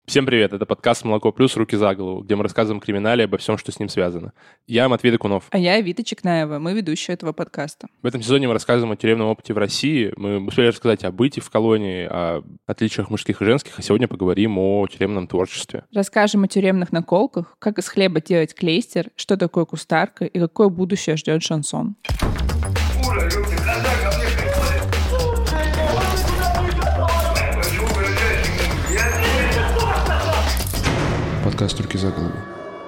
Всем привет, это подкаст «Молоко плюс. Руки за голову», где мы рассказываем о криминале и обо всем, что с ним связано. Я Матвей Докунов. А я Вита Чекнаева, мы ведущие этого подкаста. В этом сезоне мы рассказываем о тюремном опыте в России. Мы успели рассказать о быте в колонии, о отличиях мужских и женских, а сегодня поговорим о тюремном творчестве. Расскажем о тюремных наколках, как из хлеба делать клейстер, что такое кустарка и какое будущее ждет шансон. Подкаст «Руки за голову».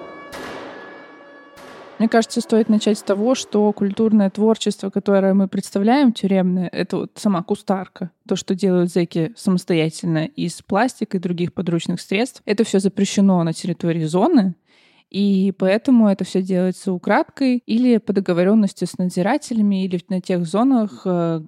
Мне кажется, стоит начать с того, что культурное творчество, которое мы представляем тюремное, это вот сама кустарка. То, что делают зэки самостоятельно из пластика и других подручных средств, это все запрещено на территории зоны. И поэтому это все делается украдкой или по договоренности с надзирателями, или на тех зонах,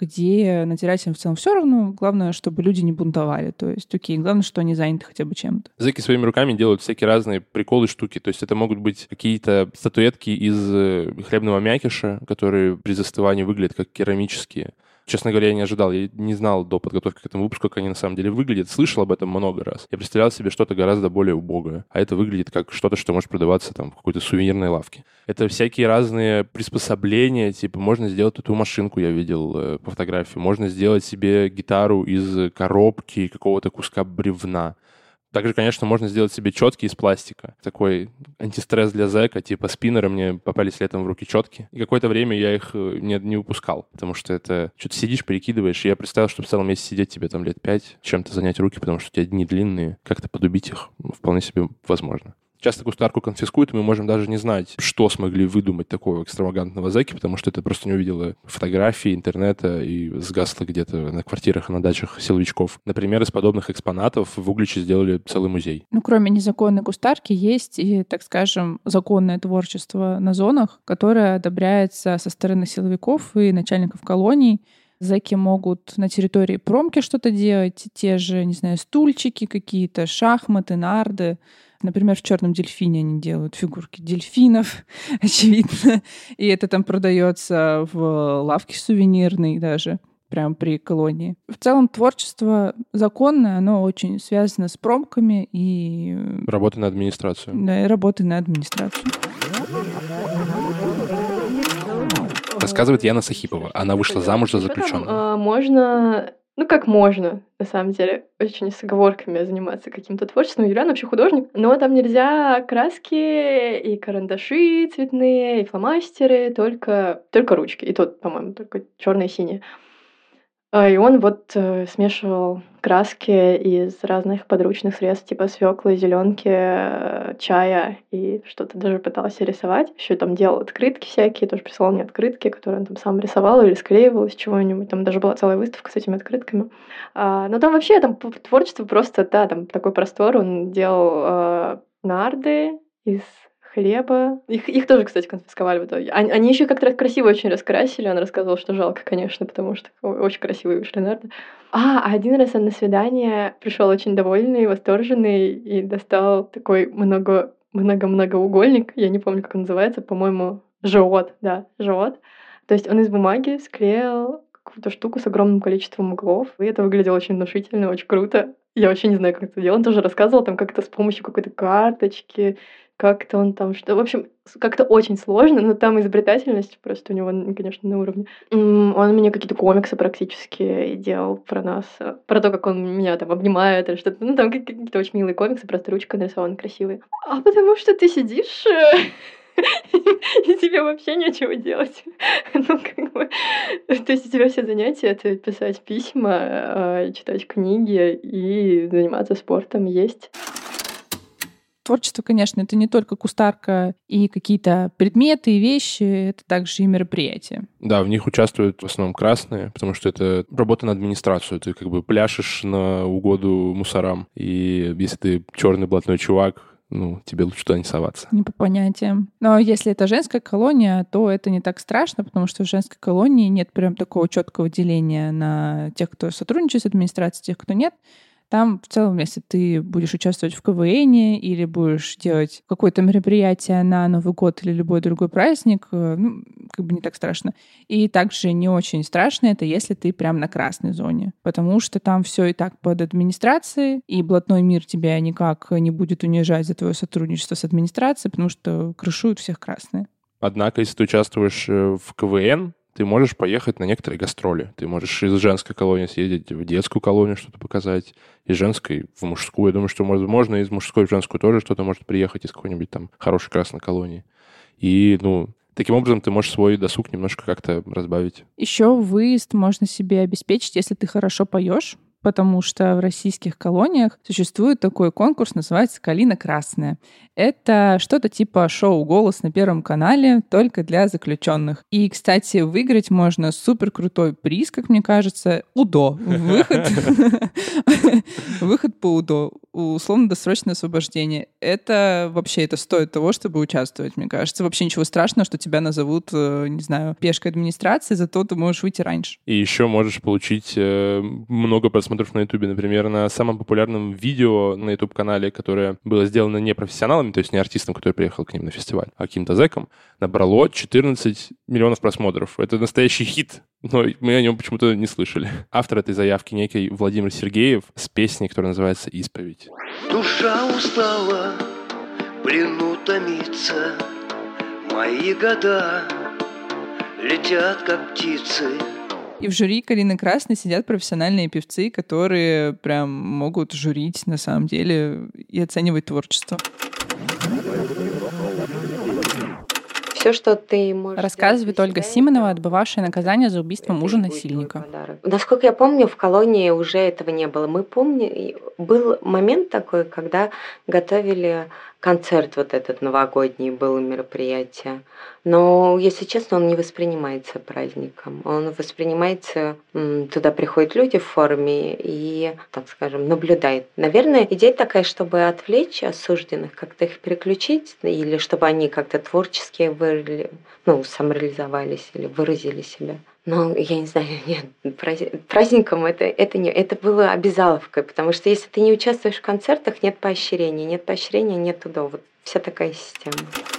где надзирателям в целом все равно. Главное, чтобы люди не бунтовали. То есть, главное, что они заняты хотя бы чем-то. Зэки своими руками делают всякие разные приколы, штуки. То есть это могут быть какие-то статуэтки из хлебного мякиша, которые при застывании выглядят как керамические. Честно говоря, я не ожидал, я не знал до подготовки к этому выпуску, как они на самом деле выглядят. Слышал об этом много раз. Я представлял себе что-то гораздо более убогое. А это выглядит как что-то, что может продаваться там в какой-то сувенирной лавке. Это всякие разные приспособления, типа можно сделать эту машинку, я видел по фотографии. Можно сделать себе гитару из коробки какого-то куска бревна. Также, конечно, можно сделать себе четки из пластика. Такой антистресс для зэка, типа спиннеры мне попались летом в руки четки. И какое-то время я их не выпускал, потому что это что-то сидишь, перекидываешь. И я представил, что в целом, если сидеть тебе там лет 5, чем-то занять руки, потому что у тебя дни длинные, как-то подубить их вполне себе возможно. Часто кустарку конфискуют, и мы можем даже не знать, что смогли выдумать такого экстравагантного зэки, потому что это просто не увидела фотографии интернета и сгасло где-то на квартирах и на дачах силовичков. Например, из подобных экспонатов в Угличе сделали целый музей. Кроме незаконной кустарки, есть и, так скажем, законное творчество на зонах, которое одобряется со стороны силовиков и начальников колоний. Зэки могут на территории промки что-то делать, те же, не знаю, стульчики какие-то, шахматы, нарды. Например, в «Черном дельфине» они делают фигурки дельфинов, очевидно. И это там продается в лавке сувенирной даже, прямо при колонии. В целом творчество законное, оно очень связано с промками и... Работа на администрацию. Да, и работы на администрацию. Рассказывает Яна Сахипова. Она вышла замуж за заключенного. Можно... как можно, на самом деле, очень с оговорками заниматься каким-то творчеством. Юлиан вообще художник, но там нельзя краски и карандаши цветные, и фломастеры, только ручки. И тут, по-моему, только черные и синие. И он смешивал краски из разных подручных средств, типа свеклы, зеленки, чая, и что-то даже пытался рисовать. Еще там делал открытки всякие, тоже присылал мне открытки, которые он там сам рисовал или склеивал из чего-нибудь. Там даже была целая выставка с этими открытками. Но там вообще творчество просто, да, там такой простор. Он делал нарды из хлеба. Их тоже, кстати, конфисковали в итоге. Они еще как-то красиво очень раскрасили. Он рассказывал, что жалко, конечно, потому что очень красивые вышли нарды. Один раз он на свидание пришел очень довольный, восторженный и достал такой многоугольник. Я не помню, как он называется. По-моему, живот. Да, живот. То есть он из бумаги склеил какую-то штуку с огромным количеством углов. И это выглядело очень внушительно, очень круто. Я вообще не знаю, как это делал. Он тоже рассказывал там как-то с помощью какой-то карточки, как-то он там что... В общем, как-то очень сложно, но там изобретательность просто у него, конечно, на уровне. Он мне какие-то комиксы практически делал про нас, про то, как он меня там обнимает или что-то. Там какие-то очень милые комиксы, просто ручкой нарисованы красивые. Потому что ты сидишь... и тебе вообще нечего делать. То есть у тебя все занятия — это писать письма, читать книги и заниматься спортом, есть. Творчество, конечно, это не только кустарка и какие-то предметы и вещи, это также и мероприятия. Да, в них участвуют в основном красные, потому что это работа на администрацию. Ты как бы пляшешь на угоду мусорам. И если ты черный блатной чувак, тебе лучше туда не соваться. Не по понятиям. Но если это женская колония, то это не так страшно, потому что в женской колонии нет прям такого четкого деления на тех, кто сотрудничает с администрацией, тех, кто нет. Там в целом, если ты будешь участвовать в КВН или будешь делать какое-то мероприятие на Новый год или любой другой праздник, ну, как бы не так страшно. И также не очень страшно это, если ты прям на красной зоне, потому что там все и так под администрацией, и блатной мир тебя никак не будет унижать за твое сотрудничество с администрацией, потому что крышуют всех красные. Однако, если ты участвуешь в КВН, ты можешь поехать на некоторые гастроли. Ты можешь из женской колонии съездить в детскую колонию, что-то показать, из женской в мужскую. Я думаю, что, возможно, из мужской в женскую тоже что-то может приехать из какой-нибудь там хорошей красной колонии. И, ну, таким образом ты можешь свой досуг немножко как-то разбавить. Еще выезд можно себе обеспечить, если ты хорошо поешь, потому что в российских колониях существует такой конкурс, называется «Калина красная». Это что-то типа шоу «Голос» на Первом канале, только для заключенных. И, кстати, выиграть можно супер крутой приз, как мне кажется, УДО. Выход по УДО. Условно-досрочное освобождение. Это стоит того, чтобы участвовать, мне кажется. Вообще ничего страшного, что тебя назовут, не знаю, пешкой администрации, зато ты можешь выйти раньше. И еще можешь получить много просмотров на Ютубе. Например, на самом популярном видео на Ютуб-канале, которое было сделано не профессионалами, то есть не артистом, который приехал к ним на фестиваль, а каким-то зэком, набрало 14 миллионов просмотров. Это настоящий хит, но мы о нем почему-то не слышали. Автор этой заявки некий Владимир Сергеев с песней, которая называется «Исповедь». Душа устала, в плену томится, мои года летят, как птицы. И в жюри «Калины красной» сидят профессиональные певцы, которые прям могут жюрить на самом деле и оценивать творчество. Все, что ты можешь... Рассказывает Ольга Симонова, отбывавшая наказание за убийство мужа-насильника. Насколько я помню, в колонии уже этого не было. Мы помним, был момент такой, когда готовили концерт вот этот новогодний, было мероприятие. Но, если честно, он не воспринимается праздником. Он воспринимается, туда приходят люди в форме и, так скажем, наблюдают. Наверное, идея такая, чтобы отвлечь осужденных, как-то их переключить, или чтобы они как-то творчески самореализовались или выразили себя. Но я не знаю, нет, праздником это было обязаловкой, потому что если ты не участвуешь в концертах, нет поощрения, нет туда. Вот вся такая система.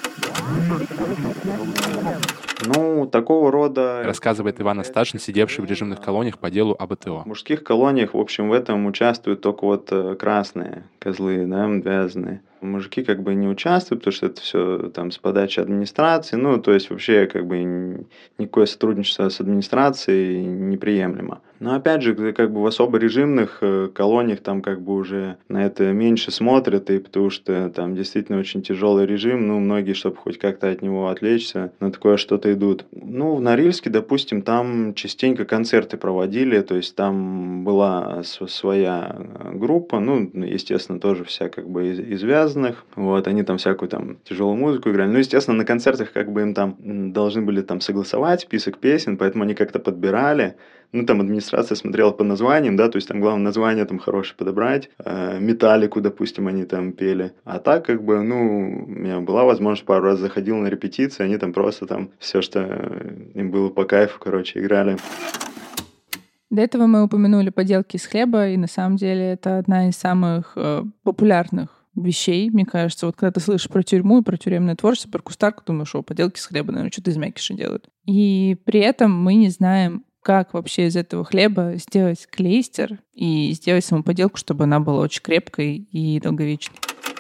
Ну, такого рода... Рассказывает Иван Асташин, сидевший в режимных колониях по делу об АТО. В мужских колониях, в общем, в этом участвуют только вот красные козлы, да, вязаные. Мужики как бы не участвуют, потому что это все там с подачи администрации, ну, то есть вообще как бы никакое сотрудничество с администрацией неприемлемо. Но опять же, как бы в особо режимных колониях там как бы уже на это меньше смотрят, и потому что там действительно очень тяжелый режим, ну, многие, чтобы хоть как-то от него отвлечься, на такое что-то идут. Ну, в Норильске, допустим, там частенько концерты проводили, то есть там была своя группа, ну, естественно, тоже вся как бы из вязаных, вот, они там всякую там тяжелую музыку играли, ну, естественно, на концертах как бы им там должны были там согласовать список песен, поэтому они как-то подбирали. Ну, там администрация смотрела по названиям, да, то есть там главное название там хорошее подобрать. Металлику, допустим, они там пели. А так, как бы, ну, у меня была возможность, пару раз заходил на репетиции, они там просто там все, что им было по кайфу, короче, играли. До этого мы упомянули поделки из хлеба, и на самом деле это одна из самых популярных вещей, мне кажется. Вот когда ты слышишь про тюрьму и про тюремное творчество, про кустарку, думаешь, поделки из хлеба, наверное, что-то из мякиша делают. И при этом мы не знаем, как вообще из этого хлеба сделать клейстер и сделать саму поделку, чтобы она была очень крепкой и долговечной.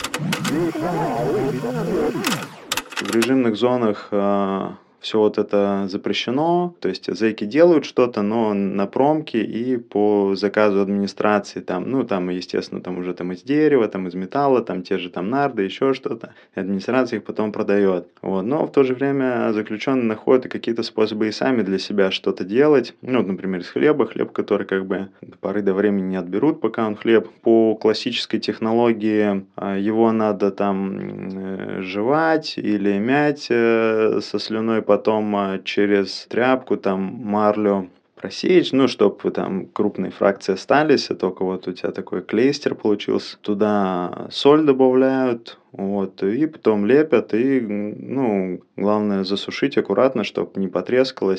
В режимных зонах все вот это запрещено, то есть зэки делают что-то, но на промке и по заказу администрации, там, ну, там, естественно, там уже там из дерева, там из металла, там те же там нарды, еще что-то, и администрация их потом продает. Вот. Но в то же время заключенные находят и какие-то способы и сами для себя что-то делать, ну, вот, например, из хлеба, хлеб, который как бы до поры до времени не отберут, пока он хлеб. По классической технологии его надо там жевать или мять со слюной, потом через тряпку, там, марлю просеять, ну, чтобы там крупные фракции остались, а только вот у тебя такой клейстер получился. Туда соль добавляют, вот, и потом лепят, и, ну, главное засушить аккуратно, чтобы не потрескалось.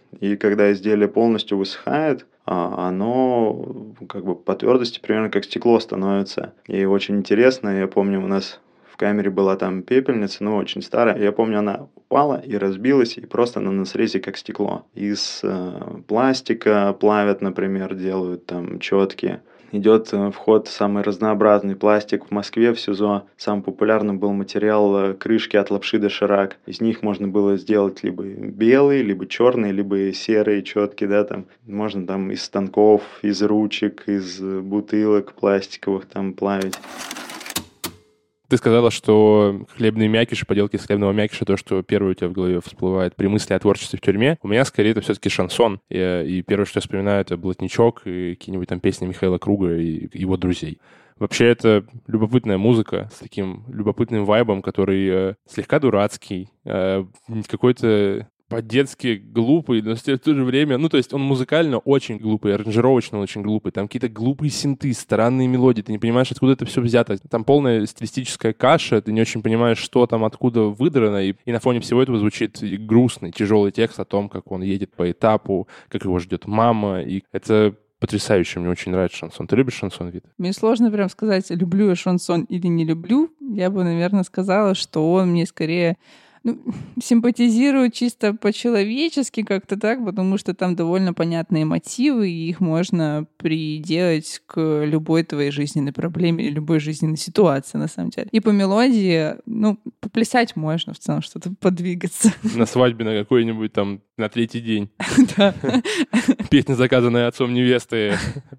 И когда изделие полностью высыхает, оно как бы по твердости примерно как стекло становится. И очень интересно, я помню, у нас в камере была там пепельница, ну, очень старая. Я помню, она упала и разбилась, и просто на срезе как стекло. Из пластика плавят, например, делают там четкие. Идет в ход самый разнообразный пластик. В Москве в СИЗО самым популярным был материал крышки от лапши доширак. Из них можно было сделать либо белый, либо черный, либо серые четкие, да, там. Можно там из станков, из ручек, из бутылок пластиковых там плавить. Ты сказала, что хлебные мякиши, поделки из хлебного мякиша, то, что первое у тебя в голове всплывает при мысли о творчестве в тюрьме. У меня скорее это все-таки шансон. И первое, что я вспоминаю, это «Блатничок» и какие-нибудь там песни Михаила Круга и его друзей. Вообще, это любопытная музыка с таким любопытным вайбом, который слегка дурацкий, какой-то по-детски глупый, но в то же время... Ну, то есть он музыкально очень глупый, аранжировочно очень глупый. Там какие-то глупые синты, странные мелодии. Ты не понимаешь, откуда это все взято. Там полная стилистическая каша. Ты не очень понимаешь, что там, откуда выдрано. И на фоне всего этого звучит грустный, тяжелый текст о том, как он едет по этапу, как его ждет мама. И это потрясающе. Мне очень нравится шансон. Ты любишь шансон, Вита? Мне сложно прям сказать, люблю я шансон или не люблю. Я бы, наверное, сказала, что он мне скорее... симпатизирую чисто по-человечески как-то так, потому что там довольно понятные мотивы, и их можно приделать к любой твоей жизненной проблеме или любой жизненной ситуации, на самом деле. И по мелодии, поплясать можно в целом, что-то подвигаться. На свадьбе на какой-нибудь там на 3-й день. Да. Песня, заказанная отцом невесты.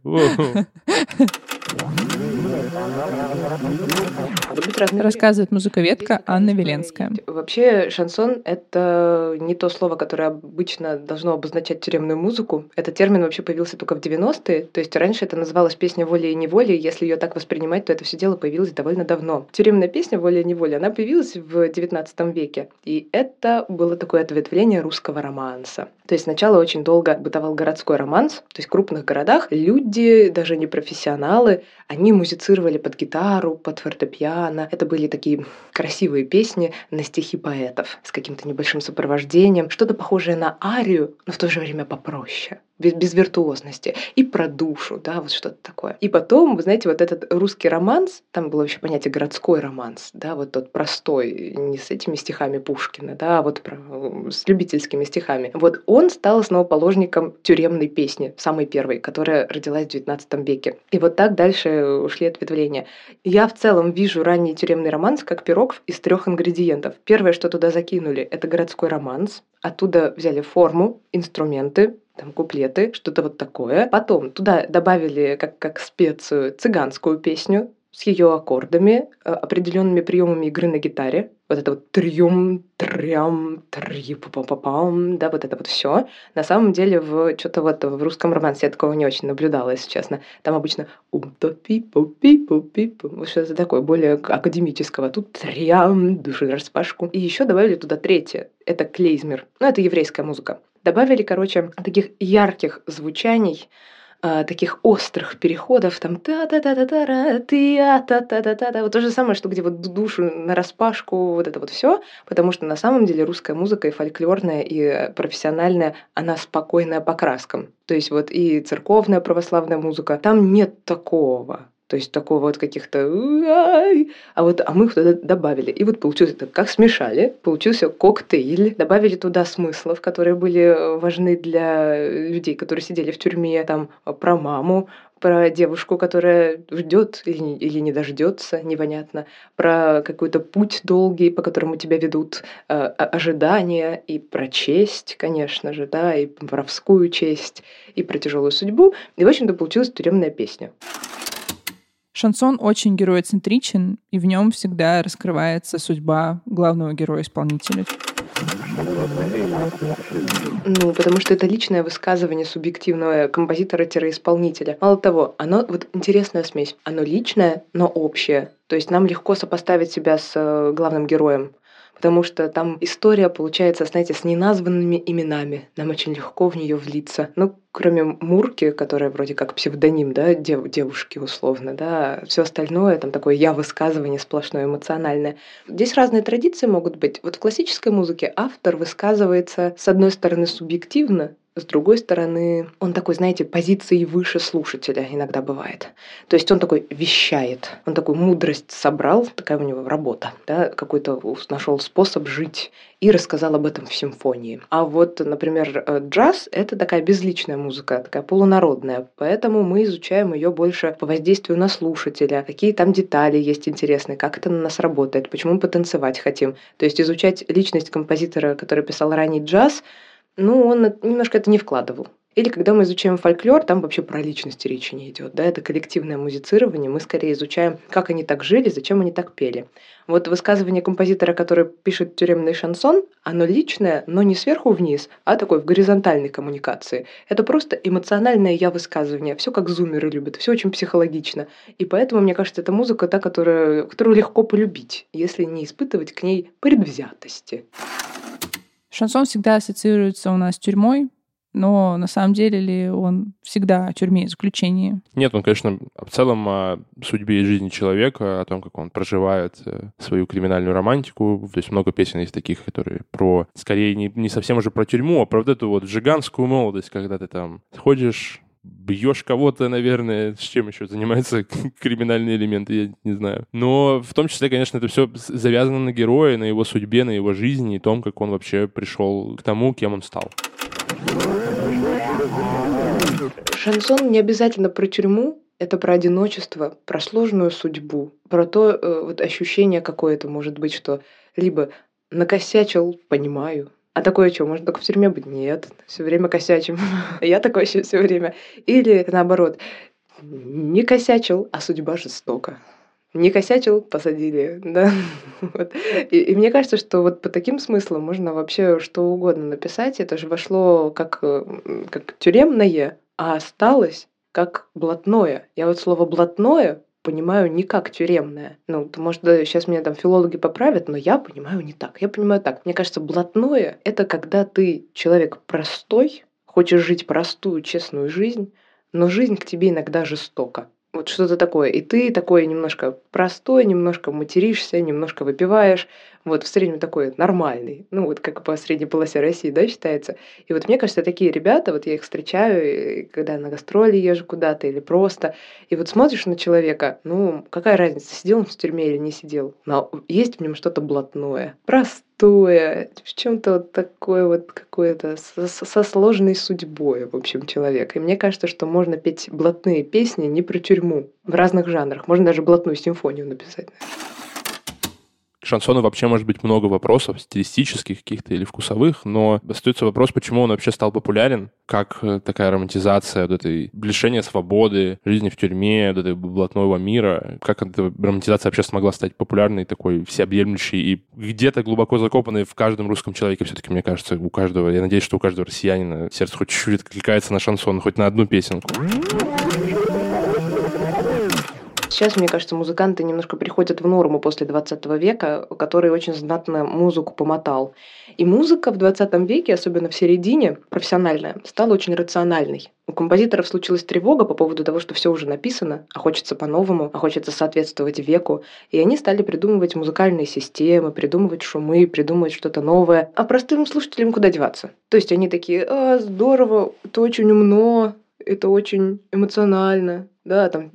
Рассказывает музыковедка Анна Веленская. Вообще шансон — это не то слово, которое обычно должно обозначать тюремную музыку. Этот термин вообще появился только в 90-е. То есть раньше это называлось песня волей и неволей. Если ее так воспринимать, то это все дело появилось довольно давно. Тюремная песня «Воля и неволя», она появилась в 19 веке. И это было такое ответвление русского романса. То есть сначала очень долго бытовал городской романс. То есть в крупных городах люди, даже не профессионалы, они музицировали под гитару, под фортепиано. Это были такие красивые песни на стихи поэтов с каким-то небольшим сопровождением. Что-то похожее на арию, но в то же время попроще, без виртуозности. И про душу, да, вот что-то такое. И потом, вы знаете, вот этот русский романс, там было еще понятие городской романс, да, вот тот простой, не с этими стихами Пушкина, да, а вот с любительскими стихами. Вот он стал основоположником тюремной песни, самой первой, которая родилась в XIX веке. И вот так дальше ушли ответвления. Я в целом вижу ранний тюремный романс как пирог из 3 ингредиентов. Первое, что туда закинули, это городской романс. Оттуда взяли форму, инструменты, там куплеты, что-то вот такое. Потом туда добавили как специю цыганскую песню с ее аккордами, определенными приемами игры на гитаре. Вот это вот трьюм, трям, трипу-па-па-пам, да, вот это вот все. На самом деле что-то вот в русском романсе я такого не очень наблюдала, если честно. Там обычно ум-то-пи-пу-пи-пу-пи-пу, вот что-то такое, более академического. Тут трям, душераспашку. И еще добавили туда третье. Это клейзмер. Это еврейская музыка. Добавили, таких ярких звучаний, таких острых переходов, там та-та-та-та-та-та, та-та-та-та-та, вот то же самое, что где вот душу нараспашку, вот это вот все, потому что на самом деле русская музыка и фольклорная, и профессиональная, она спокойная по краскам. То есть вот и церковная православная музыка, там нет такого. То есть такого вот каких-то... А мы их туда добавили. И вот получилось это, как смешали, получился коктейль. Добавили туда смыслов, которые были важны для людей, которые сидели в тюрьме. Там про маму, про девушку, которая ждет или не дождется, непонятно. Про какой-то путь долгий, по которому тебя ведут ожидания. И про честь, конечно же, да, и про воровскую честь, и про тяжелую судьбу. И, в общем-то, получилась тюремная песня. Шансон очень героцентричен, и в нем всегда раскрывается судьба главного героя-исполнителя. Потому что это личное высказывание субъективного композитора-исполнителя. Мало того, оно вот интересная смесь. Оно личное, но общее. То есть нам легко сопоставить себя с главным героем. Потому что там история получается, знаете, с неназванными именами. Нам очень легко в нее влиться. Кроме Мурки, которая вроде как псевдоним, да, девушки условно, да, все остальное, там такое я-высказывание сплошное, эмоциональное. Здесь разные традиции могут быть. Вот в классической музыке автор высказывается, с одной стороны, субъективно, С другой стороны, он такой, знаете, позиции выше слушателя иногда бывает. То есть он такой вещает, он такую мудрость собрал, такая у него работа, да, какой-то нашел способ жить и рассказал об этом в симфонии. А вот, например, джаз — это такая безличная музыка, такая полународная, поэтому мы изучаем ее больше по воздействию на слушателя, какие там детали есть интересные, как это на нас работает, почему мы потанцевать хотим. То есть изучать личность композитора, который писал ранний джаз, он немножко это не вкладывал. Или когда мы изучаем фольклор, там вообще про личности речи не идет. Да? Это коллективное музицирование. Мы скорее изучаем, как они так жили, зачем они так пели. Вот высказывание композитора, который пишет тюремный шансон, оно личное, но не сверху вниз, а такой в горизонтальной коммуникации. Это просто эмоциональное я-высказывание. Все как зумеры любят, все очень психологично. И поэтому, мне кажется, это музыка та, которую легко полюбить, если не испытывать к ней предвзятости. Шансон всегда ассоциируется у нас с тюрьмой, но на самом деле ли он всегда о тюрьме и заключении? Нет, он, конечно, в целом о судьбе и жизни человека, о том, как он проживает свою криминальную романтику. То есть много песен есть таких, которые про, скорее, не совсем уже про тюрьму, а про вот эту вот жиганскую молодость, когда ты там ходишь, бьешь кого-то, наверное, с чем еще занимаются криминальные элементы, я не знаю. Но в том числе, конечно, это все завязано на герое, на его судьбе, на его жизни и том, как он вообще пришел к тому, кем он стал. Шансон не обязательно про тюрьму, это про одиночество, про сложную судьбу, про то вот ощущение какое-то, может быть, что либо накосячил, понимаю, а такое что, может только в тюрьме быть? Нет, все время косячим. Я такое еще все время. Или наоборот, не косячил, а судьба жестока. Не косячил, посадили, да. Вот. И мне кажется, что вот по таким смыслам можно вообще что угодно написать. Это же вошло как тюремное, а осталось как блатное. Я вот слово «блатное» понимаю не как тюремное. Может, сейчас меня там филологи поправят, но я понимаю не так. Я понимаю так. Мне кажется, блатное — это когда ты человек простой, хочешь жить простую, честную жизнь, но жизнь к тебе иногда жестока. Вот что-то такое. И ты такой немножко простой, немножко материшься, немножко выпиваешь. Вот в среднем такой нормальный. Вот как по средней полосе России, да, считается. И вот мне кажется, такие ребята, вот я их встречаю, когда на гастроли езжу куда-то или просто. И вот смотришь на человека, какая разница, сидел он в тюрьме или не сидел. Но есть в нем что-то блатное, простое, в чем-то вот такое вот какое-то со сложной судьбой, в общем, человек. И мне кажется, что можно петь блатные песни не про тюрьму, в разных жанрах. Можно даже блатную симфонию написать. К шансону вообще может быть много вопросов, стилистических каких-то или вкусовых, но остается вопрос, почему он вообще стал популярен, как такая романтизация вот этой лишения свободы, жизни в тюрьме, вот этой блатного мира, как эта романтизация вообще смогла стать популярной, такой всеобъемлющей и где-то глубоко закопанной в каждом русском человеке все-таки, мне кажется, у каждого, я надеюсь, что у каждого россиянина сердце хоть чуть-чуть откликается на шансон, хоть на одну песенку. Сейчас, мне кажется, музыканты немножко приходят в норму после 20 века, который очень знатно музыку помотал. И музыка в 20 веке, особенно в середине, профессиональная, стала очень рациональной. У композиторов случилась тревога по поводу того, что все уже написано, а хочется по-новому, а хочется соответствовать веку. И они стали придумывать музыкальные системы, придумывать шумы, придумывать что-то новое. А простым слушателям куда деваться? То есть они такие: здорово, это очень умно, это очень эмоционально. Да, там...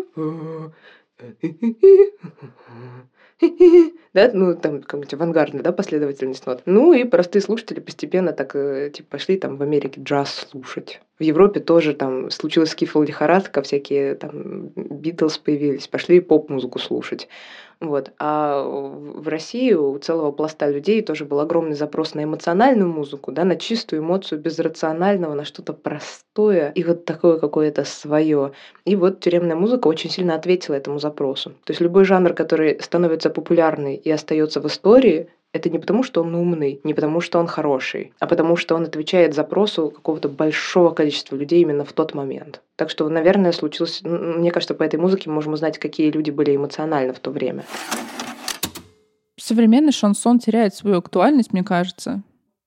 Да, там какая-нибудь авангардная, да, последовательность нот. И простые слушатели постепенно так, пошли там в Америке джаз слушать. В Европе тоже там случилась скифл-лихорадка, всякие там Битлз появились, пошли поп-музыку слушать. Вот. А в России у целого пласта людей тоже был огромный запрос на эмоциональную музыку, да, на чистую эмоцию, без рационального, на что-то простое и вот такое какое-то свое. И вот тюремная музыка очень сильно ответила этому запросу. То есть любой жанр, который становится популярный и остается в истории, это не потому, что он умный, не потому, что он хороший, а потому, что он отвечает запросу какого-то большого количества людей именно в тот момент. Так что, наверное, случилось... Мне кажется, по этой музыке мы можем узнать, какие люди были эмоциональны в то время. Современный шансон теряет свою актуальность, мне кажется.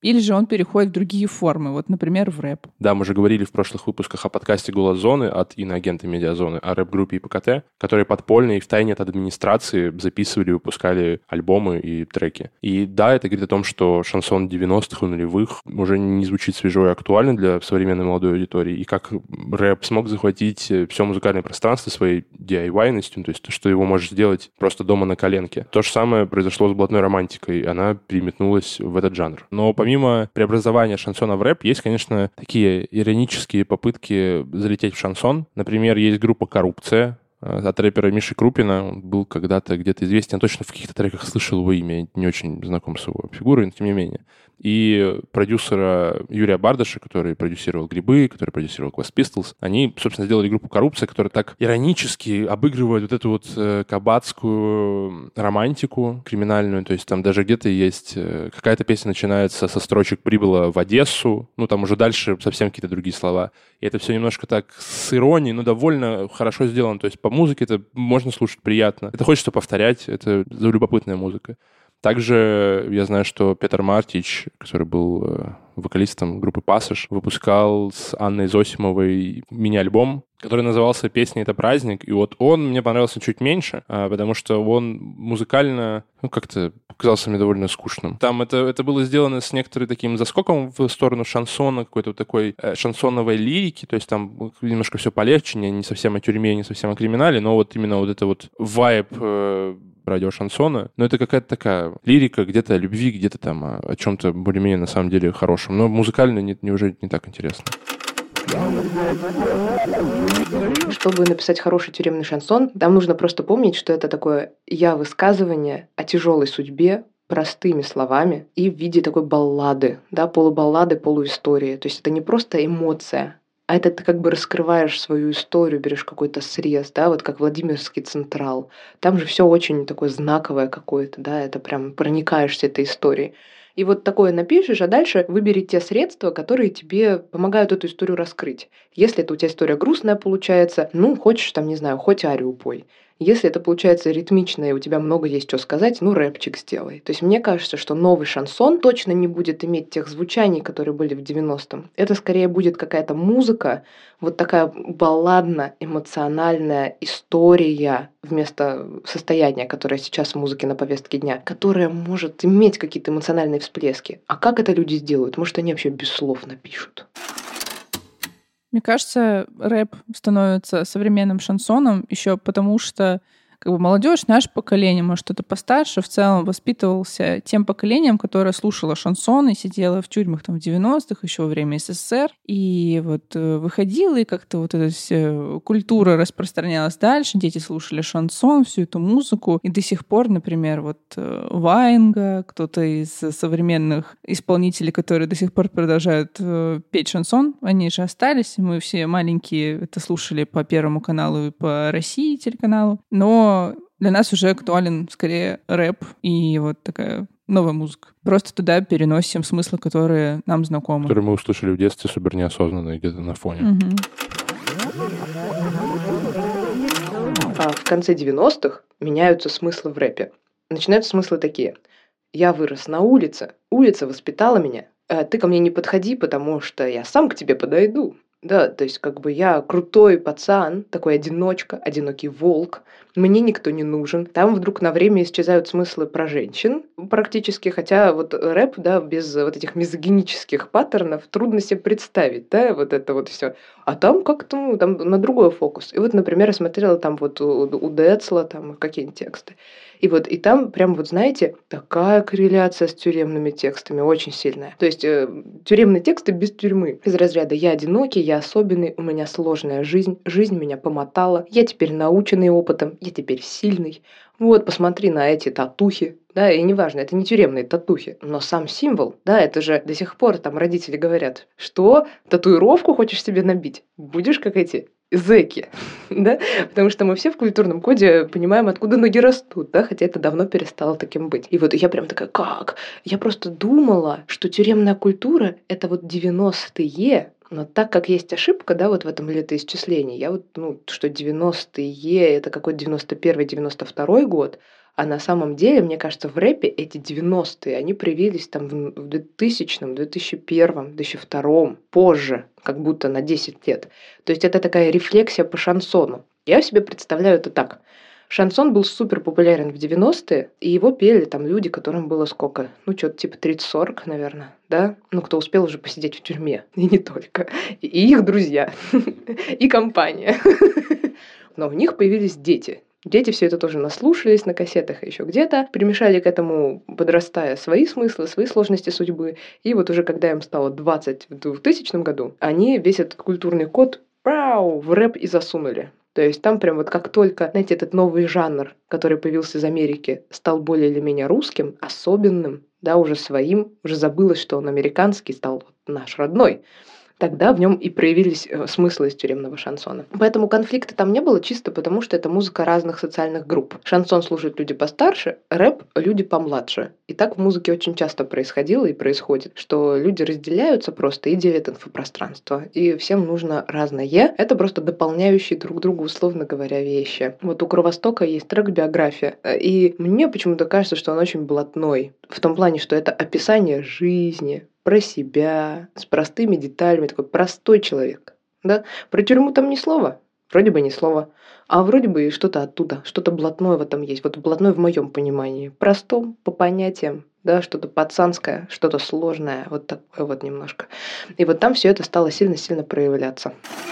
или же он переходит в другие формы, вот, например, в рэп. Да, мы же говорили в прошлых выпусках о подкасте «Голос Зоны» от иноагента Медиазоны, о рэп-группе ИПКТ, которые подпольно и втайне от администрации записывали и выпускали альбомы и треки. И да, это говорит о том, что шансон 90-х и нулевых уже не звучит свежо и актуально для современной молодой аудитории, и как рэп смог захватить все музыкальное пространство своей DIY-ностью, то есть то, что его можешь сделать просто дома на коленке. То же самое произошло с блатной романтикой, она переметнулась в этот жанр. Но помимо преобразования шансона в рэп, есть, конечно, такие иронические попытки залететь в шансон. Например, есть группа «Коррупция» от рэпера Миши Крупина. Он был когда-то где-то известен. Я точно в каких-то треках слышал его имя. Я не очень знаком с его фигурой, но тем не менее. И продюсера Юрия Бардаша, который продюсировал «Грибы», который продюсировал Quest Pistols, они, собственно, сделали группу «Коррупция», которая так иронически обыгрывает вот эту вот кабацкую романтику криминальную. То есть там даже где-то есть... Какая-то песня начинается со строчек «Прибыла в Одессу», ну там уже дальше совсем какие-то другие слова. И это все немножко так с иронией, но довольно хорошо сделано. То есть по музыке это можно слушать приятно. Это хочется повторять, это любопытная музыка. Также я знаю, что Петр Мартич, который был вокалистом группы «Пассаж», выпускал с Анной Зосимовой мини-альбом, который назывался «Песня — это праздник». И вот он мне понравился чуть меньше, потому что он музыкально, как-то показался мне довольно скучным. Там это было сделано с некоторым таким заскоком в сторону шансона, какой-то вот такой шансоновой лирики, то есть там немножко все полегче, не совсем о тюрьме, не совсем о криминале, но вот именно вот это вот вайб радиошансона, но это какая-то такая лирика где-то о любви, где-то там о чем-то более-менее на самом деле хорошем, но музыкально уже не так интересно. Чтобы написать хороший тюремный шансон, там нужно просто помнить, что это такое высказывание о тяжелой судьбе простыми словами и в виде такой баллады, да, полубаллады, полуистории. То есть это не просто эмоция, а это ты как бы раскрываешь свою историю, берешь какой-то срез, да, вот как Владимирский Централ. Там же все очень такое знаковое какое-то, да, это прям проникаешься этой историей. И вот такое напишешь, а дальше выбери те средства, которые тебе помогают эту историю раскрыть. Если это у тебя история грустная получается, хочешь там, не знаю, хоть арию пой. Если это получается ритмично, и у тебя много есть что сказать, рэпчик сделай. То есть мне кажется, что новый шансон точно не будет иметь тех звучаний, которые были в 90-м. Это скорее будет какая-то музыка, вот такая балладно-эмоциональная история вместо состояния, которое сейчас в музыке на повестке дня, которая может иметь какие-то эмоциональные всплески. А как это люди сделают? Может, они вообще без слов напишут? Мне кажется, рэп становится современным шансоном еще потому, что молодежь, наше поколение, может, кто-то постарше, в целом воспитывался тем поколением, которое слушало шансон и сидело в тюрьмах там, в 90-х, еще во время СССР. И вот выходила, и как-то вот эта вся культура распространялась дальше. Дети слушали шансон, всю эту музыку. И до сих пор, например, вот Ваенга, кто-то из современных исполнителей, которые до сих пор продолжают петь шансон, они же остались. Мы все маленькие это слушали по Первому каналу и по России телеканалу. Но для нас уже актуален скорее рэп и вот такая новая музыка. Просто туда переносим смыслы, которые нам знакомы. Которые мы услышали в детстве супер неосознанно где-то на фоне. Угу. А в конце 90-х меняются смыслы в рэпе. Начинаются смыслы такие. Я вырос на улице, улица воспитала меня. Ты ко мне не подходи, потому что я сам к тебе подойду. Да, то есть я крутой пацан, такой одиночка, одинокий волк, мне никто не нужен. Там вдруг на время исчезают смыслы про женщин практически, хотя вот рэп, да, без вот этих мизогинических паттернов трудно себе представить, да, вот это вот все. А там как-то, там на другой фокус. И вот, например, я смотрела там вот у Децла там какие-нибудь тексты. И там прям знаете, такая корреляция с тюремными текстами, очень сильная. То есть тюремные тексты без тюрьмы. Из разряда «я одинокий, я особенный, у меня сложная жизнь, жизнь меня помотала, я теперь наученный опытом, я теперь сильный. Вот, посмотри на эти татухи». Да, и неважно, это не тюремные татухи, но сам символ, да, это же до сих пор там родители говорят, что татуировку хочешь себе набить, будешь как эти зэки, да, потому что мы все в культурном коде понимаем, откуда ноги растут, да, хотя это давно перестало таким быть. И вот я прям такая, как? Я просто думала, что тюремная культура — это вот 90-е, Но так как есть ошибка, да, вот в этом летоисчислении, я вот, что 90-е, это какой-то 91-92 год, а на самом деле, мне кажется, в рэпе эти 90-е, они проявились там в 2000-м, 2001-м, 2002-м, позже, как будто на 10 лет. То есть это такая рефлексия по шансону. Я себе представляю это так. Шансон был супер популярен в 90-е, и его пели там люди, которым было сколько? Что-то типа 30-40, наверное, да? Кто успел уже посидеть в тюрьме, и не только. И их друзья, и компания. Но у них появились дети. Дети все это тоже наслушались на кассетах и еще где-то, примешали к этому, подрастая, свои смыслы, свои сложности судьбы. И вот уже когда им стало 20 в 2000 году, они весь этот культурный код в рэп и засунули. То есть там прям вот как только, знаете, этот новый жанр, который появился из Америки, стал более или менее русским, особенным, да, уже своим, уже забылось, что он американский, стал наш родной. Тогда в нем и проявились смыслы из тюремного шансона. Поэтому конфликта там не было чисто потому, что это музыка разных социальных групп. Шансон слушают люди постарше, рэп – люди помладше. И так в музыке очень часто происходило и происходит, что люди разделяются просто и делят инфопространство. И всем нужно разное. Это просто дополняющие друг друга, условно говоря, вещи. Вот у Кровостока есть трек «Биография». И мне почему-то кажется, что он очень блатной. В том плане, что это описание жизни, про себя, с простыми деталями, такой простой человек. Да? Про тюрьму там ни слова, вроде бы ни слова, а вроде бы и что-то оттуда, что-то блатное в этом есть. Вот блатное в моем понимании. Простом, по понятиям, да, что-то пацанское, что-то сложное, вот такое вот немножко. И вот там все это стало сильно-сильно проявляться.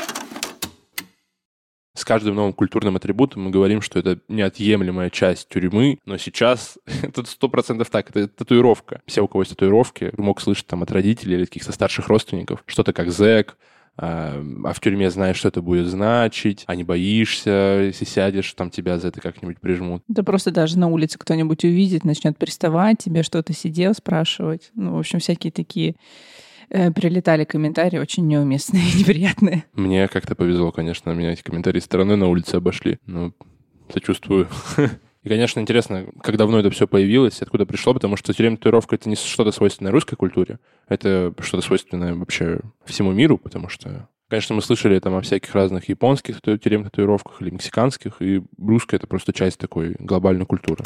С каждым новым культурным атрибутом мы говорим, что это неотъемлемая часть тюрьмы, но сейчас это 100% так, это татуировка. Все, у кого есть татуировки, мог слышать там от родителей или каких-то старших родственников, что-то как зэк, а в тюрьме знаешь, что это будет значить, а не боишься, если сядешь, там тебя за это как-нибудь прижмут. Да просто даже на улице кто-нибудь увидит, начнет приставать, тебе что-то сидел, спрашивать. В общем, всякие такие прилетали комментарии очень неуместные и неприятные. Мне как-то повезло, конечно, меня эти комментарии стороной на улице обошли. Сочувствую. И, конечно, интересно, как давно это все появилось, откуда пришло, потому что тюремная татуировка — это не что-то свойственное русской культуре, это что-то свойственное вообще всему миру, потому что, конечно, мы слышали там о всяких разных японских тюремных татуировках или мексиканских, и русская — это просто часть такой глобальной культуры.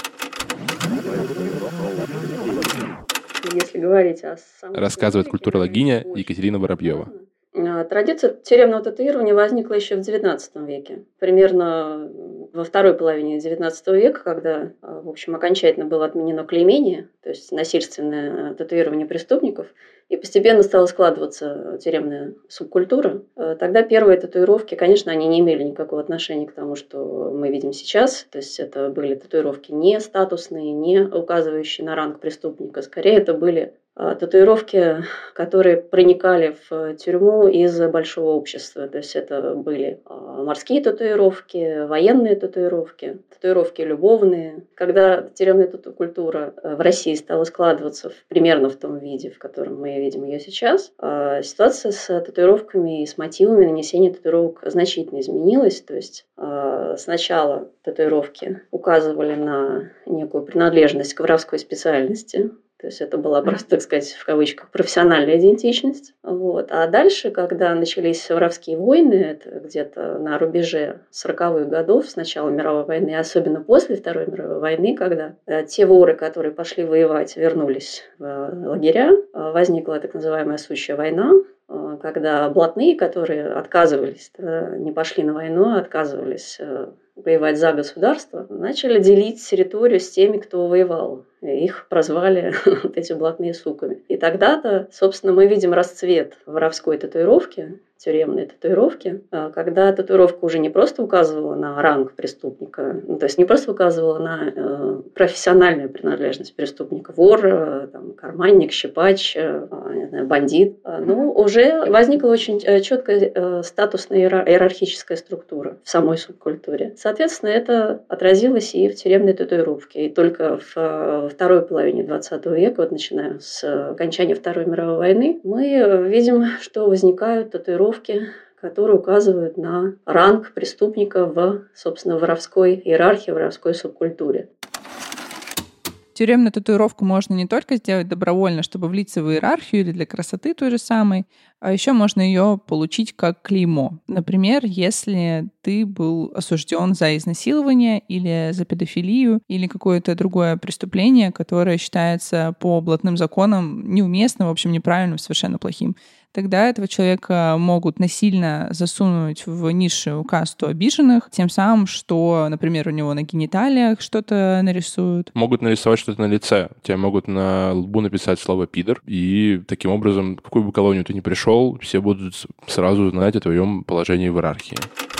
Если говорить о рассказывает культурологиня Екатерина Воробьева. Традиция тюремного татуирования возникла еще в XIX веке. Примерно во второй половине XIX века, когда, в общем, окончательно было отменено клеймение, то есть насильственное татуирование преступников, и постепенно стала складываться тюремная субкультура. Тогда первые татуировки, конечно, они не имели никакого отношения к тому, что мы видим сейчас. То есть это были татуировки не статусные, не указывающие на ранг преступника. Скорее, это были татуировки, которые проникали в тюрьму из большого общества. То есть это были морские татуировки, военные татуировки, татуировки любовные. Когда тюремная культура в России стала складываться примерно в том виде, в котором мы видим ее сейчас, ситуация с татуировками и с мотивами нанесения татуировок значительно изменилась. То есть сначала татуировки указывали на некую принадлежность к воровской специальности. То есть это была просто, так сказать, в кавычках, профессиональная идентичность. А дальше, когда начались воровские войны, это где-то на рубеже 40-х годов, с начала мировой войны, особенно после Второй мировой войны, когда те воры, которые пошли воевать, вернулись в лагеря, возникла так называемая сущая война, когда блатные, которые отказывались, не пошли на войну, а отказывались воевать за государство, начали делить территорию с теми, кто воевал. Их прозвали эти блатные суками. И тогда-то, собственно, мы видим расцвет воровской татуировки, тюремной татуировки, когда татуировка уже не просто указывала на ранг преступника, то есть не просто указывала на профессиональную принадлежность преступника, вор, там, карманник, щипач, не знаю, бандит, но уже возникла очень четкая статусная иерархическая структура в самой субкультуре. Соответственно, это отразилось и в тюремной татуировке. И только в второй половине XX века, вот начиная с окончания Второй мировой войны, мы видим, что возникают татуировки, которые указывают на ранг преступника в, собственно, воровской иерархии, воровской субкультуре. Тюремную татуировку можно не только сделать добровольно, чтобы влиться в иерархию или для красоты той же самой, а еще можно ее получить как клеймо. Например, если ты был осужден за изнасилование или за педофилию или какое-то другое преступление, которое считается по блатным законам неуместным, в общем, неправильным, совершенно плохим, тогда этого человека могут насильно засунуть в низшую касту обиженных, тем самым, что, например, у него на гениталиях что-то нарисуют. Могут нарисовать что-то на лице. Тебе могут на лбу написать слово «пидор», и таким образом, в какую бы колонию ты ни пришел, все будут сразу знать о твоем положении в иерархии.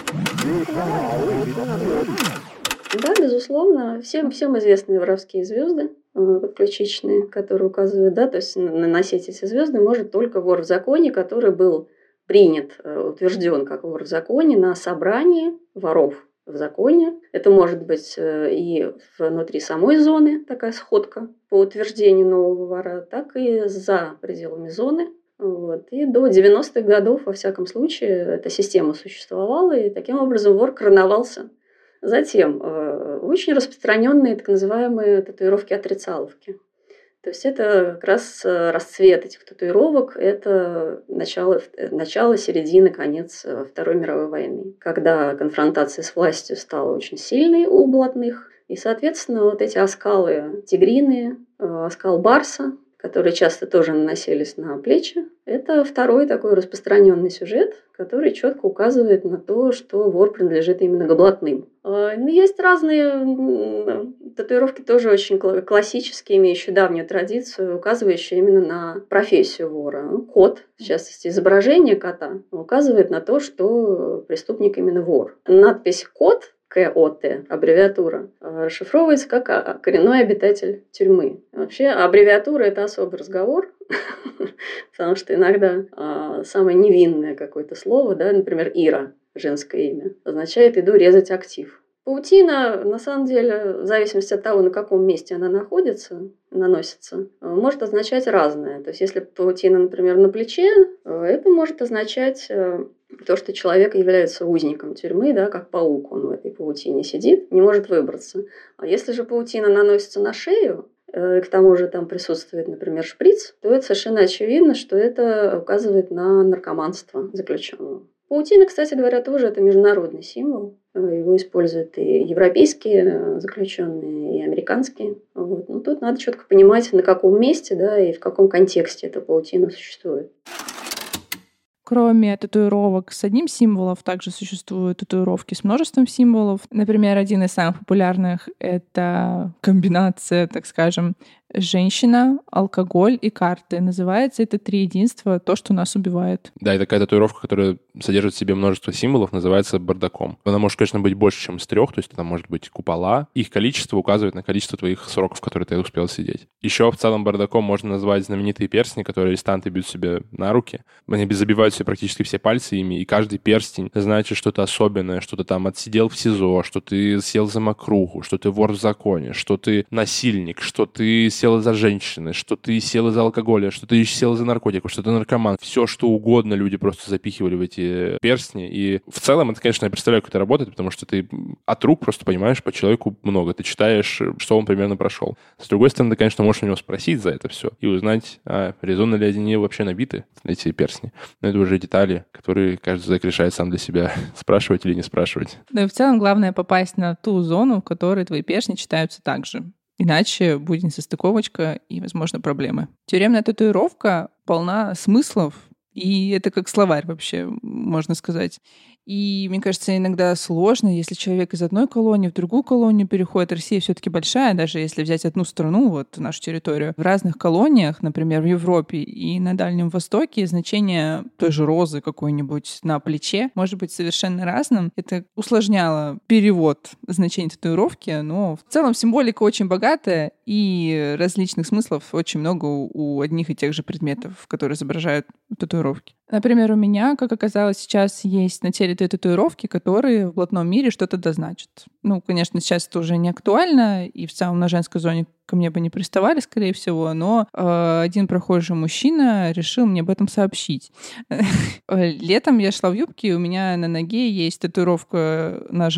Да, безусловно. Всем известны воровские звезды подключичные, которые указывают, да, то есть наносить эти звезды может только вор в законе, который был принят, утвержден как вор в законе на собрании воров в законе. Это может быть и внутри самой зоны такая сходка по утверждению нового вора, так и за пределами зоны. Вот. И до 90-х годов, во всяком случае, эта система существовала, и таким образом вор короновался. Затем очень распространенные так называемые татуировки-отрицаловки. То есть это как раз расцвет этих татуировок, это начало, середины, конец Второй мировой войны, когда конфронтация с властью стала очень сильной у блатных. И, соответственно, вот эти оскалы тигрины, оскал барса, которые часто тоже наносились на плечи, это второй такой распространенный сюжет, который четко указывает на то, что вор принадлежит именно к блатным. Есть разные татуировки, тоже очень классические, имеющие давнюю традицию, указывающие именно на профессию вора. Кот, в частности, изображение кота, указывает на то, что преступник именно вор. Надпись «Кот», КОТ, аббревиатура, расшифровывается как коренной обитатель тюрьмы. Вообще аббревиатура – это особый разговор, потому что иногда самое невинное какое-то слово, да, например, Ира, женское имя, означает «иду резать актив». Паутина, на самом деле, в зависимости от того, на каком месте она наносится, может означать разное. То есть, если паутина, например, на плече, это может означать то, что человек является узником тюрьмы, да, как паук, он в этой паутине сидит, не может выбраться. А если же паутина наносится на шею, и к тому же там присутствует, например, шприц, то это совершенно очевидно, что это указывает на наркоманство заключенного. Паутина, кстати говоря, тоже это международный символ. Его используют и европейские заключенные, и американские. Вот. Но тут надо четко понимать, на каком месте, да, и в каком контексте эта паутина существует. Кроме татуировок с одним символом, также существуют татуировки с множеством символов. Например, один из самых популярных — это комбинация, так скажем, женщина, алкоголь и карты. Называется это триединство, то, что нас убивает. Да, и такая татуировка, которая содержит в себе множество символов, называется бардаком. Она может, конечно, быть больше, чем из 3, то есть там может быть купола. Их количество указывает на количество твоих сроков, которые ты успел сидеть. Еще в целом бардаком можно назвать знаменитые перстни, которые арестанты бьют себе на руки. Они забивают себе практически все пальцы ими, и каждый перстень значит что-то особенное, что ты там отсидел в СИЗО, что ты сел за мокруху, что ты вор в законе, что ты насильник, что ты сел из-за женщины, что ты сел из-за алкоголя, что ты сел из-за наркотиков, что ты наркоман. Все, что угодно люди просто запихивали в эти перстни. И в целом это, конечно, я представляю, как это работает, потому что ты от рук просто понимаешь по человеку много. Ты читаешь, что он примерно прошел. С другой стороны, ты, конечно, можешь у него спросить за это все и узнать, резонно ли они вообще набиты, эти перстни. Но это уже детали, которые каждый человек решает сам для себя, спрашивать или не спрашивать. Ну и в целом главное попасть на ту зону, в которой твои перстни читаются так же. Иначе будет несостыковочка и, возможно, проблемы. Тюремная татуировка полна смыслов, и это как словарь вообще, можно сказать. И, мне кажется, иногда сложно, если человек из одной колонии в другую колонию переходит. Россия все-таки большая, даже если взять одну страну, вот нашу территорию. В разных колониях, например, в Европе и на Дальнем Востоке, значение той же розы какой-нибудь на плече может быть совершенно разным. Это усложняло перевод значения татуировки, но в целом символика очень богатая, и различных смыслов очень много у одних и тех же предметов, которые изображают татуировки. Например, у меня, как оказалось, сейчас есть на теле 2 татуировки, которые в блатном мире что-то дозначат. Ну, конечно, сейчас это уже не актуально, и в целом на женской зоне ко мне бы не приставали, скорее всего, но один прохожий мужчина решил мне об этом сообщить. Летом я шла в юбке, и у меня на ноге есть татуировка ножа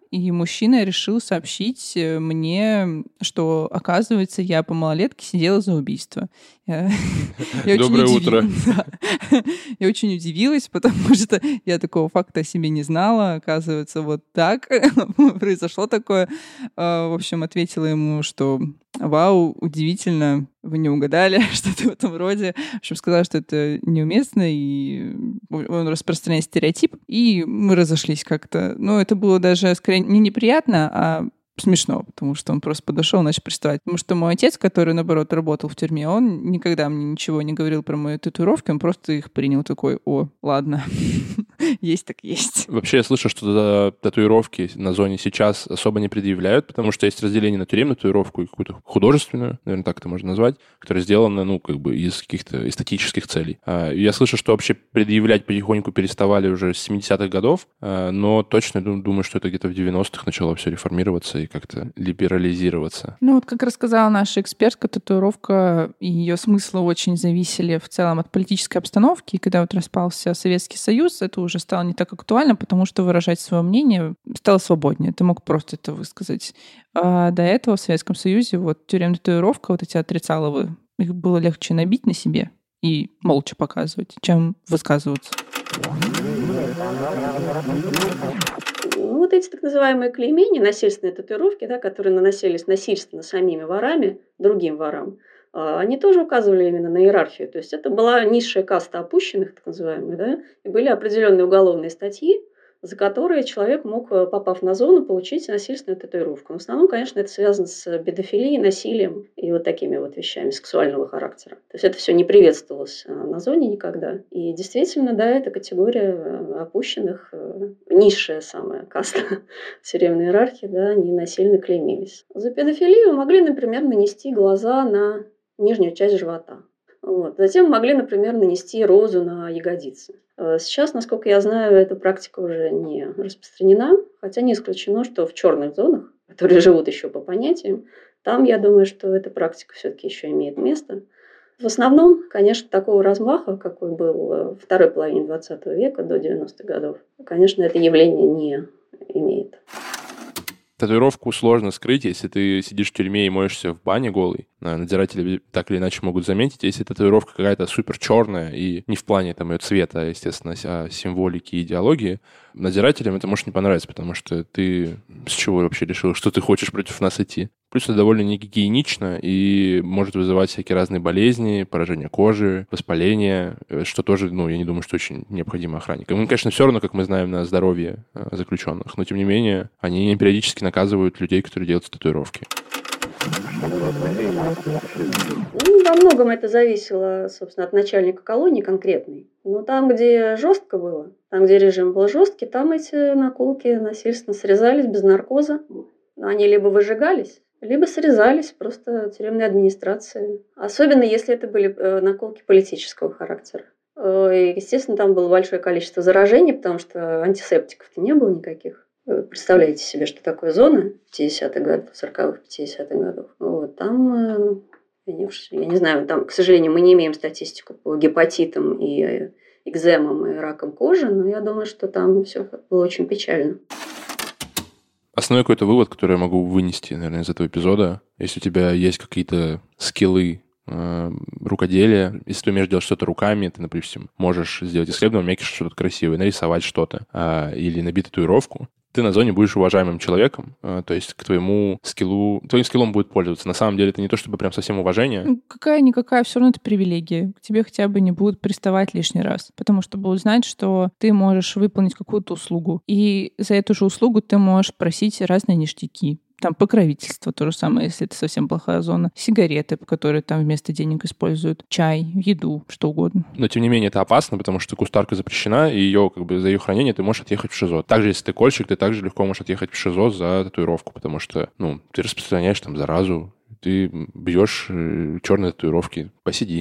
и мужчина решил сообщить мне, что, оказывается, я по малолетке сидела за убийство. Доброе утро. Я очень удивилась, потому что я такого факта о себе не знала. Оказывается, вот так произошло такое. В общем, ответила ему, что вау, удивительно, вы не угадали, что-то в этом роде. В общем, сказала, что это неуместно, и он распространяет стереотип, и мы разошлись как-то. Но это было даже, скорее, не неприятно, а смешно, потому что он просто подошел и начал приставать. Потому что мой отец, который, наоборот, работал в тюрьме, он никогда мне ничего не говорил про мои татуировки, он просто их принял такой: о, ладно, есть так есть. Вообще, я слышу, что татуировки на зоне сейчас особо не предъявляют, потому что есть разделение на тюремную татуировку и какую-то художественную, наверное, так это можно назвать, которая сделана, из каких-то эстетических целей. Я слышу, что вообще предъявлять потихоньку переставали уже с 70-х годов, но точно думаю, что это где-то в 90-х начало все реформироваться и как-то либерализироваться. Ну вот, как рассказала наша экспертка, татуировка и ее смыслы очень зависели в целом от политической обстановки. И когда вот распался Советский Союз, это уже стало не так актуально, потому что выражать свое мнение стало свободнее. Ты мог просто это высказать. А до этого в Советском Союзе вот тюремная татуировка, вот эти отрицаловые, их было легче набить на себе и молча показывать, чем высказываться. Вот эти так называемые клеймения, насильственные татуировки, да, которые наносились насильственно самими ворами, другим ворам, они тоже указывали именно на иерархию. То есть это была низшая каста опущенных, так называемых, да, и были определенные уголовные статьи, за которые человек мог, попав на зону, получить насильственную татуировку. Но в основном, конечно, это связано с педофилией, насилием и вот такими вот вещами сексуального характера. То есть это все не приветствовалось на зоне никогда. И действительно, да, это категория опущенных, низшая самая каста тюремной иерархии, да, они насильно клеймились. За педофилию могли, например, нанести глаза на нижнюю часть живота. Вот. Затем могли, например, нанести розу на ягодицы. Сейчас, насколько я знаю, эта практика уже не распространена, хотя не исключено, что в черных зонах, которые живут еще по понятиям, там, я думаю, что эта практика все-таки еще имеет место. В основном, конечно, такого размаха, какой был во второй половине 20 века, до 90-х годов, конечно, это явление не имеет. Татуировку сложно скрыть, если ты сидишь в тюрьме и моешься в бане голый. Надзиратели так или иначе могут заметить. Если татуировка какая-то супер черная, и не в плане там ее цвета, естественно, а символики и идеологии, надзирателям это может не понравиться, потому что ты с чего вообще решил, что ты хочешь против нас идти. Плюс это довольно негигиенично и может вызывать всякие разные болезни, поражение кожи, воспаление, что тоже, я не думаю, что очень необходимо охранникам. Им, конечно, все равно, как мы знаем, на здоровье заключенных, но, тем не менее, они периодически наказывают людей, которые делают татуировки. Во многом это зависело, собственно, от начальника колонии конкретной. Но там, где жестко было, там, где режим был жесткий, там эти наколки насильственно срезались без наркоза. Они либо выжигались, либо срезались просто тюремной администрацией. Особенно, если это были наколки политического характера. И, естественно, там было большое количество заражений, потому что антисептиков-то не было никаких. Вы представляете себе, что такое зона 50-х годов, 40-х, 50-х годов. Вот, там, я не знаю, там, к сожалению, мы не имеем статистику по гепатитам и экземам и ракам кожи, но я думаю, что там все было очень печально. Основной какой-то вывод, который я могу вынести, наверное, из этого эпизода, если у тебя есть какие-то скиллы рукоделия, если ты умеешь делать что-то руками, ты, например, можешь сделать из хлебного мякиша что-то красивое, нарисовать что-то или набить татуировку, ты на зоне будешь уважаемым человеком, то есть к твоему скиллу, твоим скиллом будет пользоваться. На самом деле это не то чтобы прям совсем уважение. Какая-никакая, все равно это привилегия. К тебе хотя бы не будут приставать лишний раз, потому что будут знать, что ты можешь выполнить какую-то услугу. И за эту же услугу ты можешь просить разные ништяки. Там покровительство, то же самое, если это совсем плохая зона. Сигареты, которые там вместо денег используют. Чай, еду, что угодно. Но, тем не менее, это опасно, потому что кустарка запрещена, и ее, за ее хранение ты можешь отъехать в ШИЗО. Также, если ты кольщик, ты также легко можешь отъехать в ШИЗО за татуировку, потому что, ты распространяешь там заразу, ты бьешь черные татуировки. Посиди.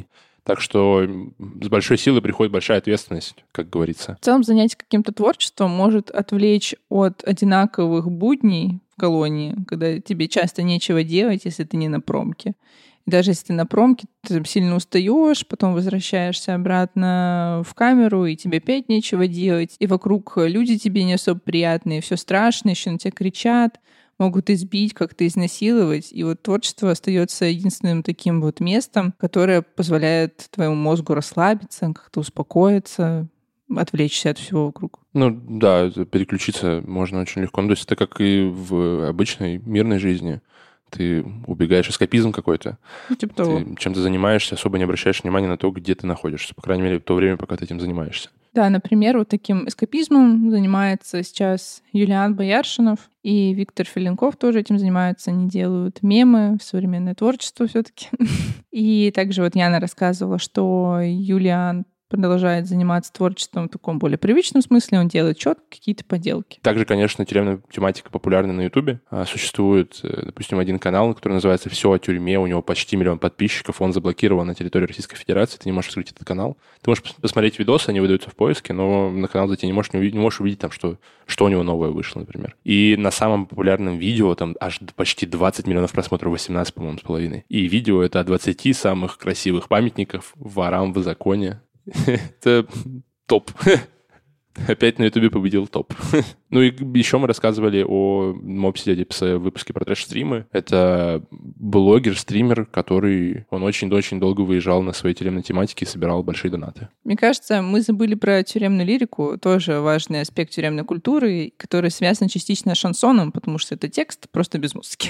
Так что с большой силой приходит большая ответственность, как говорится. В целом занятие каким-то творчеством может отвлечь от одинаковых будней в колонии, когда тебе часто нечего делать, если ты не на промке. И даже если ты на промке, ты сильно устаешь, потом возвращаешься обратно в камеру, и тебе опять нечего делать, и вокруг люди тебе не особо приятные, все страшно, еще на тебя кричат, могут избить, как-то изнасиловать. И вот творчество остается единственным таким вот местом, которое позволяет твоему мозгу расслабиться, как-то успокоиться, отвлечься от всего вокруг. Ну да, переключиться можно очень легко. Ну, то есть это как и в обычной мирной жизни. Ты убегаешь, эскапизм какой-то. Типа того. Ты чем-то занимаешься, особо не обращаешь внимания на то, где ты находишься. По крайней мере, в то время, пока ты этим занимаешься. Да, например, вот таким эскапизмом занимается сейчас Юлиан Бояршинов, и Виктор Филенков тоже этим занимаются. Они делают мемы, современное творчество все-таки. И также вот Яна рассказывала, что Юлиан продолжает заниматься творчеством в таком более привычном смысле. Он делает четко какие-то поделки. Также, конечно, тюремная тематика популярна на Ютубе. Существует, допустим, один канал, который называется «Все о тюрьме». У него почти 1 миллион подписчиков. Он заблокирован на территории Российской Федерации. Ты не можешь открыть этот канал. Ты можешь посмотреть видосы, они выдаются в поиске, но на канал зайти не можешь увидеть там, что у него новое вышло, например. И на самом популярном видео там аж почти 20 миллионов просмотров, 18, по-моему, с половиной. И видео это о 20 самых красивых памятников ворам в законе. Это топ. Опять на Ютубе победил топ. Ну и еще мы рассказывали о Мопсе Дядипсе в выпуске про трэш-стримы. Это блогер, стример, он очень-очень долго выезжал на своей тюремной тематике и собирал большие донаты. Мне кажется, мы забыли про тюремную лирику, тоже важный аспект тюремной культуры, который связан частично с шансоном, потому что это текст просто без музыки.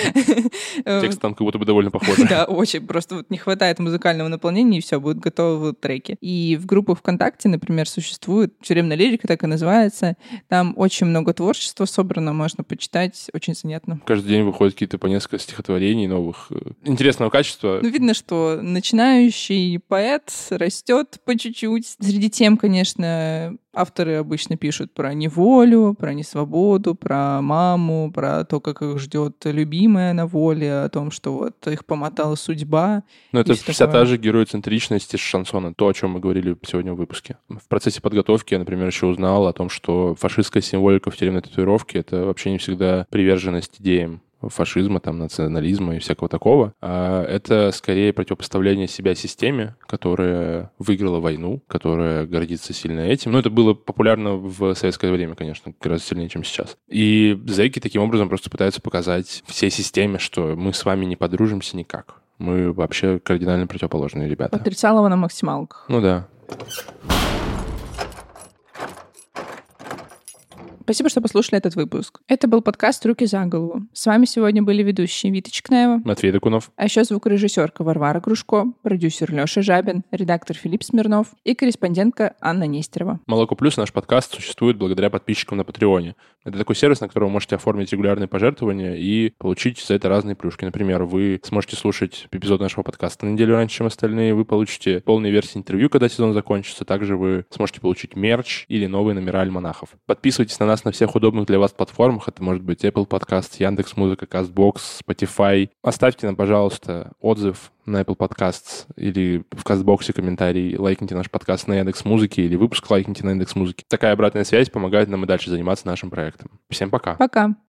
Текст там как будто бы довольно похожий. Да, очень. Просто вот не хватает музыкального наполнения, и все, будут готовы треки. И в группах ВКонтакте, например, существует тюремная лирика, так и называется. Там очень много творчества собрано, можно почитать, очень занятно. Каждый день выходят какие-то по несколько стихотворений новых, интересного качества. Ну, видно, что начинающий поэт растет по чуть-чуть. Среди тем, конечно, авторы обычно пишут про неволю, про несвободу, про маму, про то, как их ждет любимая на воле, о том, что вот их помотала судьба. Но это вся та же героицентричность из шансона, то, о чем мы говорили сегодня в выпуске. В процессе подготовки я, например, еще узнал о том, что фашистская символика в тюремной татуировке — это вообще не всегда приверженность идеям фашизма, там, национализма и всякого такого. А это скорее противопоставление себя системе, которая выиграла войну, которая гордится сильно этим. Ну, это было популярно в советское время, конечно, гораздо сильнее, чем сейчас. И зэки таким образом просто пытаются показать всей системе, что мы с вами не подружимся никак. Мы вообще кардинально противоположные ребята. Отрицалово на максималках. Ну да. Спасибо, что послушали этот выпуск. Это был подкаст «Руки за голову». С вами сегодня были ведущие Вита Чекнаева, Матвей Докунов, а еще звукорежиссерка Варвара Кружко, продюсер Леша Жабин, редактор Филипп Смирнов и корреспондентка Анна Нестерова. «Молоко плюс» наш подкаст существует благодаря подписчикам на Патреоне. Это такой сервис, на котором вы можете оформить регулярные пожертвования и получить за это разные плюшки. Например, вы сможете слушать эпизод нашего подкаста на неделю раньше, чем остальные, вы получите полные версии интервью, когда сезон закончится, также вы сможете получить мерч или новые номера альманахов. Подписывайтесь на нас на всех удобных для вас платформах. Это может быть Apple Podcast, Яндекс.Музыка, Castbox, Spotify. Оставьте нам, пожалуйста, отзыв на Apple Podcasts или в Castbox комментарий. Лайкните наш подкаст на Яндекс.Музыке или выпуск лайкните на Яндекс.Музыке. Такая обратная связь помогает нам и дальше заниматься нашим проектом. Всем пока. Пока.